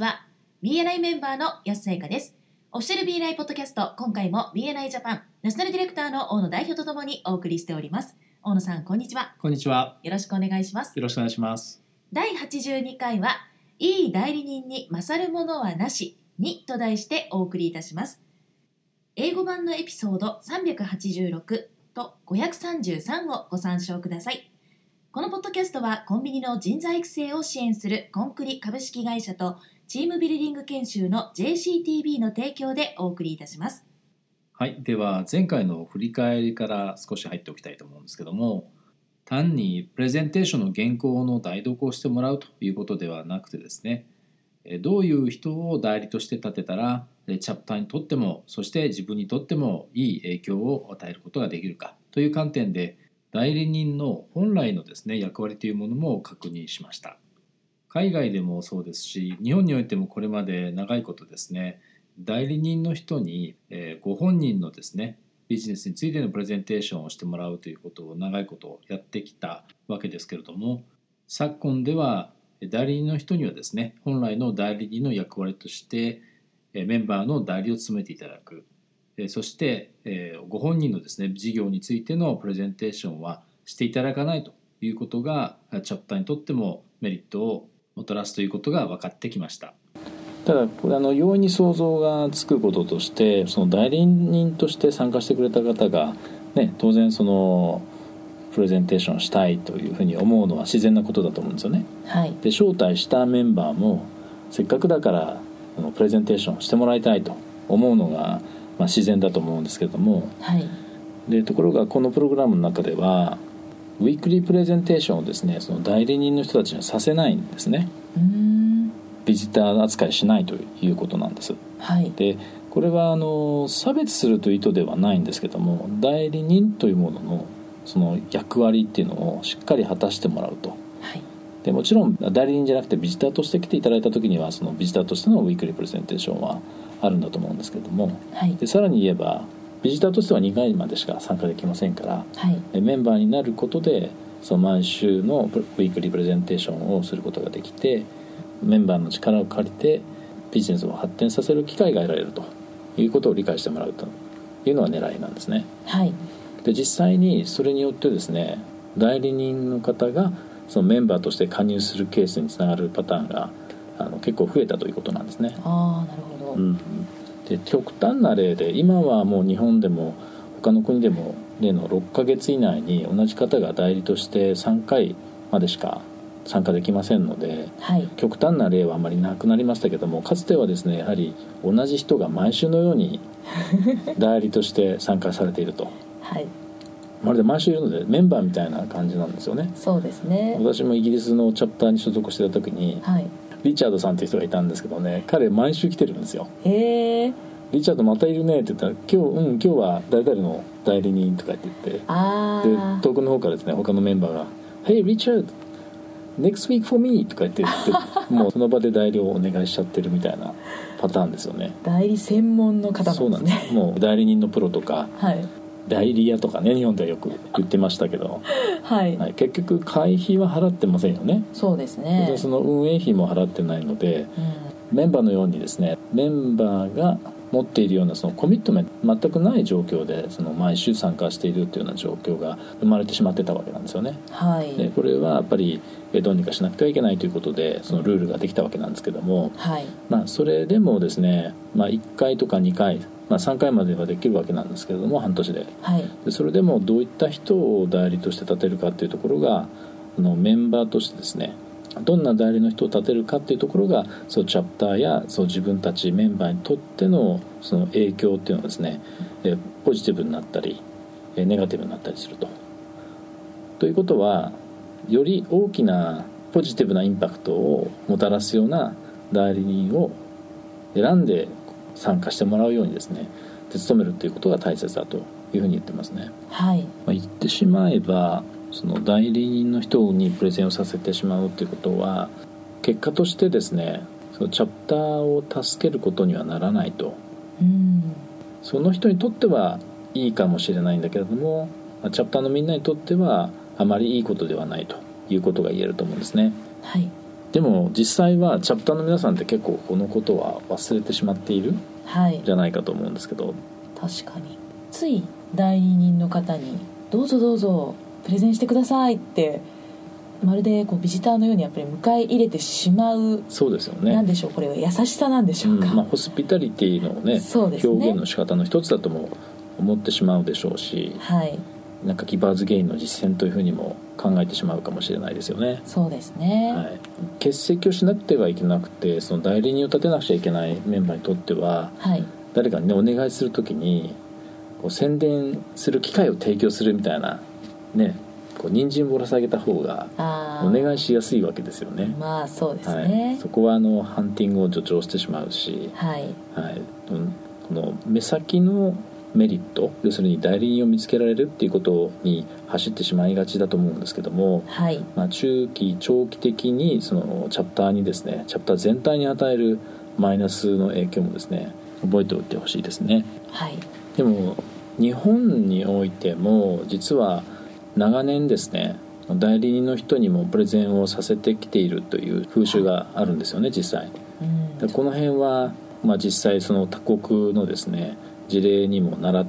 は。 BNI メンバーの安さゆかです。オフィシャル BNI ポッドキャスト、今回も BNI ジャパンナショナルディレクターの大野代表とともにお送りしております。大野さん、こんにちは。 こんにちは。 よろしくお願いします。 よろしくお願いします。 第82回はいい代理人に勝るものはなしにと題してお送りいたします。英語版のエピソード386と533をご参照ください。このポッドキャストはコンビニの人材育成を支援するコンクリ株式会社とチームビルディング研修の JCTB の提供でお送りいたします。 はい、では前回の振り返りから少し入っておきたいと思うんですけども、単にプレゼンテーションの原稿の代読をしてもらうということではなくてですね、どういう人を代理として立てたらチャプターにとっても、そして自分にとってもいい影響を与えることができるかという観点で、代理人の本来のですね役割というものも確認しました。海外でもそうですし、日本においてもこれまで長いことですね、代理人の人にご本人のですねビジネスについてのプレゼンテーションをしてもらうということを長いことやってきたわけですけれども、昨今では代理人の人にはですね、本来の代理人の役割としてメンバーの代理を務めていただく、そしてご本人のですね事業についてのプレゼンテーションはしていただかないということがチャプターにとってもメリットをもたらすということが分かってきました。 ただこれ容易に想像がつくこととして、その代理人として参加してくれた方が、ね、当然そのプレゼンテーションしたいというふうに思うのは自然なことだと思うんですよね、 はい、 で招待したメンバーもせっかくだからプレゼンテーションしてもらいたいと思うのが、自然だと思うんですけれども、 はい、 でところがこのプログラムの中ではウィークリープレゼンテーションをですね、その代理人の人たちにはさせないんですね。ビジター扱いしないということなんです、 はい、 でこれは差別するという意図ではないんですけども、代理人というもののその役割っていうのをしっかり果たしてもらうと、 はい、 でもちろん代理人じゃなくてビジターとして来ていただいた時にはそのビジターとしてのウィークリープレゼンテーションはあるんだと思うんですけれども、 はい、 でさらに言えばビジターとしては2回までしか参加できませんから、 はい、 メンバーになることでその毎週のウィークリープレゼンテーションをすることができて、メンバーの力を借りてビジネスを発展させる機会が得られるということを理解してもらうというのが狙いなんですね、 はい、 で実際にそれによってですね、代理人の方がそのメンバーとして加入するケースにつながるパターンが結構増えたということなんですね。 ああ、なるほど、 で極端な例で、今はもう日本でも他の国でも例の6ヶ月以内に同じ方が代理として3回までしか参加できませんので、 はい、 極端な例はあまりなくなりましたけども、かつてはですね、やはり同じ人が毎週のように代理として参加されているとはい、 まるで毎週いるのでメンバーみたいな感じなんですよね。 そうですね。 私もイギリスのチャプターに所属してた時に、 はい、 リチャードさんという人がいたんですけどね、彼毎週来てるんですよ。 へえ。 リチャードまたいるねって言ったら、今日は誰々の代理人とかって言って、で遠くの方からですね、他のメンバーが Hey Richard next week for me とか言ってもうその場で代理をお願いしちゃってるみたいなパターンですよね。 代理専門の方なんですね。 そうなんです。もう代理人のプロとか、 はい、 代理屋とかね、日本ではよく言ってましたけど、 はいはい、結局会費は払ってませんよね。 そうですね。 でその運営費も払ってないので、メンバーのようにですね、メンバーが持っているようなそのコミットメント全くない状況でその毎週参加しているというような状況が生まれてしまってたわけなんですよね、 はい、 でこれはやっぱりどうにかしなくてはいけないということでそのルールができたわけなんですけども、 はい、 それでもですね、1回とか2回、3回まではできるわけなんですけれども、半年で、 はい、 でそれでもどういった人を代理として立てるかっていうところがメンバーとしてですね、どんな代理の人を立てるかっていうところがそのチャプターやその自分たちメンバーにとってのその影響っていうのはですね、ポジティブになったりネガティブになったりするということは、より大きなポジティブなインパクトをもたらすような代理人を選んで参加してもらうようにですね、努めるということが大切だというふうに言ってますね。 はい、 言ってしまえばその代理人の人にプレゼンをさせてしまうということは、結果としてですね、そのチャプターを助けることにはならないと、その人にとってはいいかもしれないんだけれども、チャプターのみんなにとってはあまりいいことではないということが言えると思うんですね。 はい、 でも実際はチャプターの皆さんって結構このことは忘れてしまっているはいじゃないかと思うんですけど、 確かについ代理人の方にどうぞどうぞプレゼンしてくださいってまるでこうビジターのようにやっぱり迎え入れてしまう。 そうですよね。 なんでしょう、これは優しさなんでしょうか。 ホスピタリティのね、 そうですね、 表現の仕方の一つだとも思ってしまうでしょうし、 はいなんかギバーズゲインの実践というふうにも考えてしまうかもしれないですよね。 そうですね、 はい、欠席をしなくてはいけなくて、その代理人を立てなくちゃいけないメンバーにとっては、 はい誰かにねお願いするときにこう宣伝する機会を提供するみたいなね、こう人参ぶら下げた方がお願いしやすいわけですよね。 まあそうですね、 はい、そこはハンティングを助長してしまうし、 はいはい、この目先のメリット、要するに代理人を見つけられるっていうことに走ってしまいがちだと思うんですけども、 はい中期長期的にそのチャプターにですね、チャプター全体に与えるマイナスの影響もですね覚えておいてほしいですね。 はい、 でも日本においても実は長年ですね、代理人の人にもプレゼンをさせてきているという風習があるんですよね、実際。でこの辺は、実際その他国のですね事例にも倣って、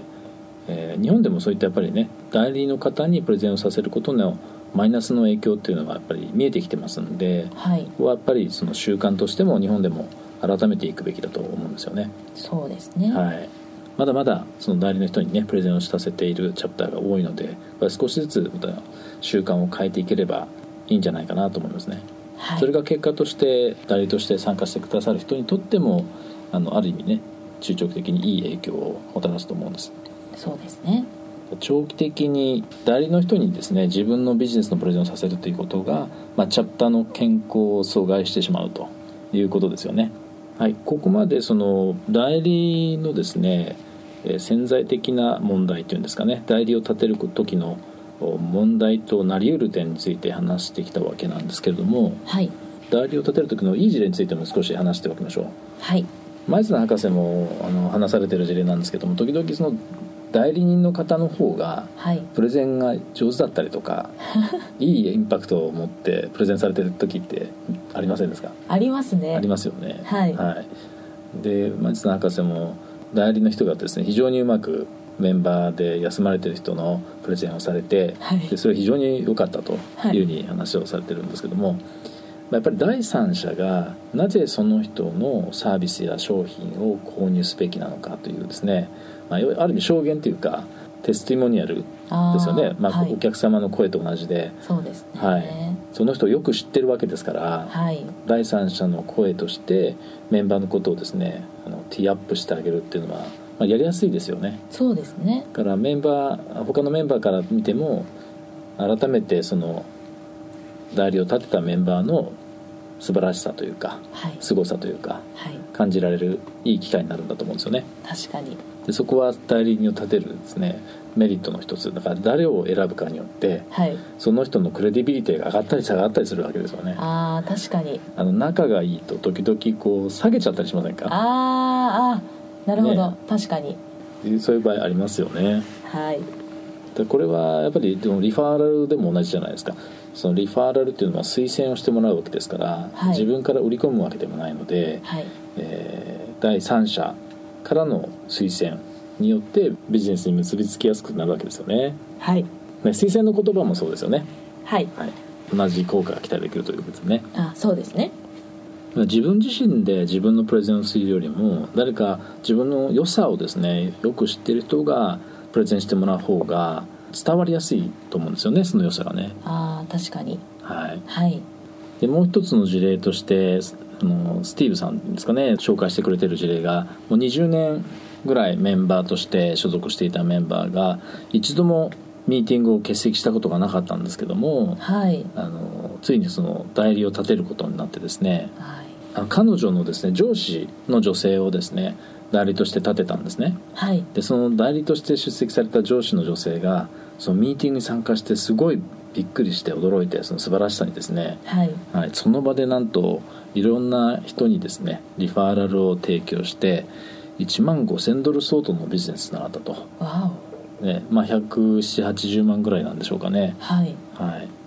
日本でもそういったやっぱりね代理人の方にプレゼンをさせることのマイナスの影響っていうのがやっぱり見えてきてますので、 はい、 ここはやっぱりその習慣としても日本でも改めていくべきだと思うんですよね。 そうですね、 はい、まだまだその代理の人にねプレゼンをさせているチャプターが多いので、少しずつまた習慣を変えていければいいんじゃないかなと思いますね。 はい、 それが結果として代理として参加してくださる人にとってもある意味ね中長期的にいい影響をもたらすと思うんです。 そうですね。 長期的に代理の人にですね自分のビジネスのプレゼンをさせるということが、チャプターの健康を阻害してしまうということですよね。はい、ここまでその代理のですね潜在的な問題というんですかね、代理を立てる時の問題となり得る点について話してきたわけなんですけれども、 はい、 代理を立てる時のいい事例についても少し話しておきましょう。 はい、 前津博士も話されている事例なんですけども、時々その代理人の方の方がプレゼンが上手だったりとか、いいインパクトを持ってプレゼンされてる時ってありませんですか？ ありますね。 ありますよね。 はい、 はい、で前津博士も代理の人がですね非常にうまくメンバーで休まれてる人のプレゼンをされて、 はい、 でそれ非常に良かったというふうに話をされてるんですけども、やっぱり第三者がなぜその人のサービスや商品を購入すべきなのかというですね、ある意味証言というかテスティモニアルですよね。はい、お客様の声と同じで、 そうですね、 はい、その人をよく知ってるわけですから、 はい、 第三者の声としてメンバーのことをですねティーアップしてあげるっていうのは、やりやすいですよね。 そうですね。 だから他のメンバーから見ても改めてその代理を立てたメンバーの素晴らしさというか、 はい、 凄さというか、 はい、 感じられるいい機会になるんだと思うんですよね。 確かに。 でそこは代理人を立てるですねメリットの一つだから、誰を選ぶかによって、 はい、 その人のクレディビリティが上がったり下がったりするわけですよね。 確かに仲がいいと時々こう下げちゃったりしませんか？ なるほど、ね、確かにそういう場合ありますよね。 はい。 でこれはやっぱりでもリファーラルでも同じじゃないですか。そのリファーラルっていうのは推薦をしてもらうわけですから、 はい、 自分から売り込むわけでもないので、 はい、 第三者からの推薦によってビジネスに結びつきやすくなるわけですよね。 はい、 推薦の言葉もそうですよね。 はい、 はい、同じ効果が期待できるということですね。 そうですね。 自分自身で自分のプレゼンをするよりも、誰か自分の良さをですねよく知っている人がプレゼンしてもらう方が伝わりやすいと思うんですよね、その良さがね。 確かに。 はい、 はい、 でもう一つの事例としてスティーブさんですかね、紹介してくれてる事例が、もう20年ぐらいメンバーとして所属していたメンバーが一度もミーティングを欠席したことがなかったんですけども、 はい、 ついにその代理を立てることになってですね、 はい、 彼女のですね上司の女性をですね代理として立てたんですね。 はい、 でその代理として出席された上司の女性がそのミーティングに参加してすごいびっくりして驚いて、その素晴らしさにですね、 はいはい、その場でなんといろんな人にですねリファーラルを提供して$15,000相当のビジネスになったと。 わね、170、80万ぐらいなんでしょうかね。 はい、 はい、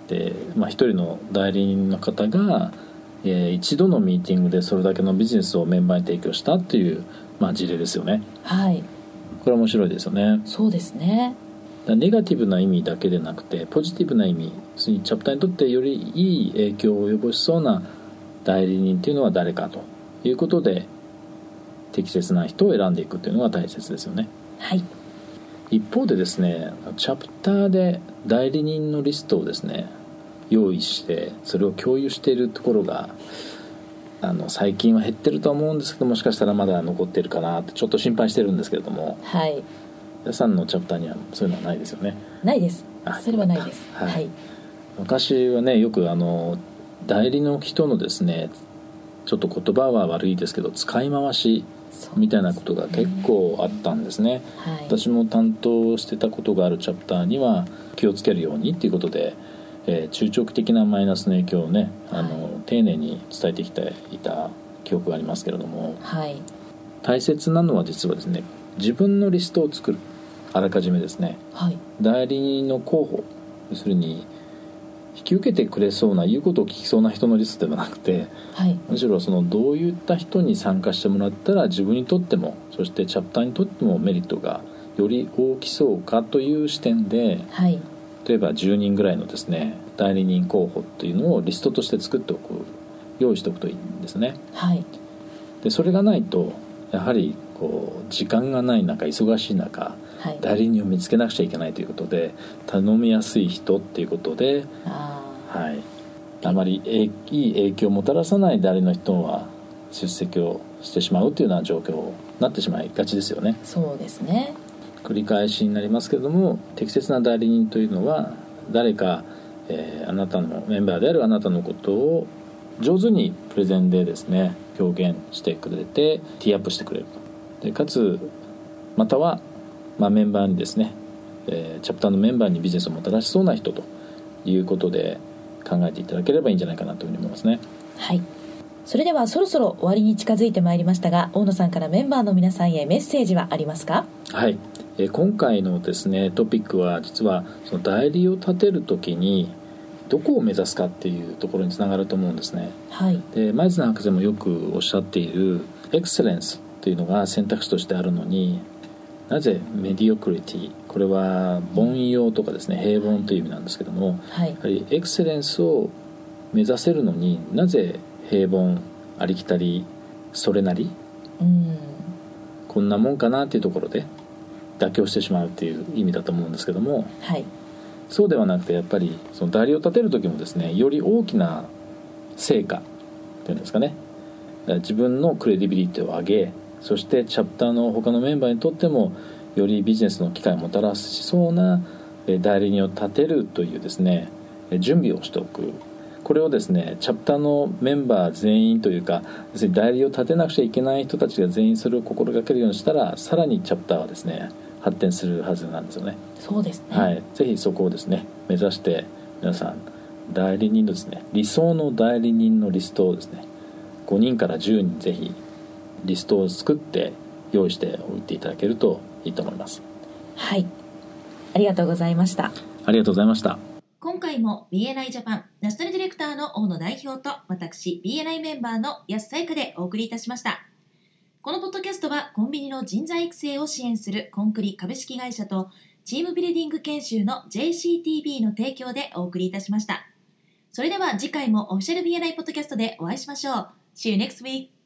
で、一人の代理人の方が、一度のミーティングでそれだけのビジネスをメンバーに提供したっていう、事例ですよね。 はい、 これは面白いですよね。 そうですね。 ネガティブな意味だけでなくてポジティブな意味、要するにチャプターにとってよりいい影響を及ぼしそうな代理人というのは誰かということで適切な人を選んでいくというのが大切ですよね。 はい。 一方でですね、チャプターで代理人のリストをですね用意してそれを共有しているところが最近は減ってるとは思うんですけど、もしかしたらまだ残ってるかなってちょっと心配してるんですけれども、 はい、 皆さんのチャプターにはそういうのはないですよね。 ないです。それはないです。 はい、昔はねよく代理の人のですねちょっと言葉は悪いですけど使い回しみたいなことが結構あったんですね。 はい、 私も担当してたことがあるチャプターには気をつけるようにっていうことで、中長期的なマイナスの影響をね丁寧に伝えてきていた記憶がありますけれども、 はい、 大切なのは実はですね自分のリストを作る、あらかじめですね、 はい、 代理人の候補、要するに引き受けてくれそうな言うことを聞きそうな人のリストではなくて、 はい、 むしろどういった人に参加してもらったら自分にとってもそしてチャプターにとってもメリットがより大きそうかという視点で、 はい、 例えば10人ぐらいのですね代理人候補というのをリストとして作っておく、用意しておくといいんですね。 はい、 でそれがないとやはり時間がない中、忙しい中、 はい、 代理人を見つけなくちゃいけないということで頼みやすい人っていうことで、あまりいい影響をもたらさない代理の人は出席をしてしまうというような状況になってしまいがちですよね。 そうですね。 繰り返しになりますけれども、適切な代理人というのは誰か、あなたのメンバーであるあなたのことを上手にプレゼンでですね表現してくれてティーアップしてくれると。でかつまたは、メンバーにですね、チャプターのメンバーにビジネスをもたらしそうな人ということで考えていただければいいんじゃないかなというふうに思いますね。 はい。それではそろそろ終わりに近づいてまいりましたが、大野さんからメンバーの皆さんへメッセージはありますか？ はい、今回のですねトピックは実はその代理を立てるときにどこを目指すかっていうところにつながると思うんですね。 はい。 で前津博士もよくおっしゃっているエクセレンスというのが選択肢としてあるのに、なぜメディオクリティ、これは凡庸とかですね平凡という意味なんですけども、 はい、 やはりエクセレンスを目指せるのになぜ平凡、ありきたり、それなり、こんなもんかなっていうところで妥協してしまうっていう意味だと思うんですけども、 はい、 そうではなくてやっぱりその代理を立てる時もですねより大きな成果というんですかね、自分のクレディビリティを上げ、そしてチャプターの他のメンバーにとってもよりビジネスの機会をもたらしそうな代理人を立てるというですね準備をしておく。これをですねチャプターのメンバー全員というか、要するに代理を立てなくちゃいけない人たちが全員それを心がけるようにしたら、さらにチャプターはですね発展するはずなんですよね。 そうですね。 はい、ぜひそこをですね目指して皆さん代理人のですね理想の代理人のリストをですね5人から10人ぜひリストを作って用意しておいていただけるといいと思います。 はい、ありがとうございました。 ありがとうございました。 今回も BNI ジャパンナショナルディレクターの大野代表と私 BNI メンバーの安さゆかでお送りいたしました。このポッドキャストはコンビニの人材育成を支援するコンクリ株式会社とチームビルディング研修の JCTB の提供でお送りいたしました。それでは次回もオフィシャル BNI ポッドキャストでお会いしましょう。See you next week!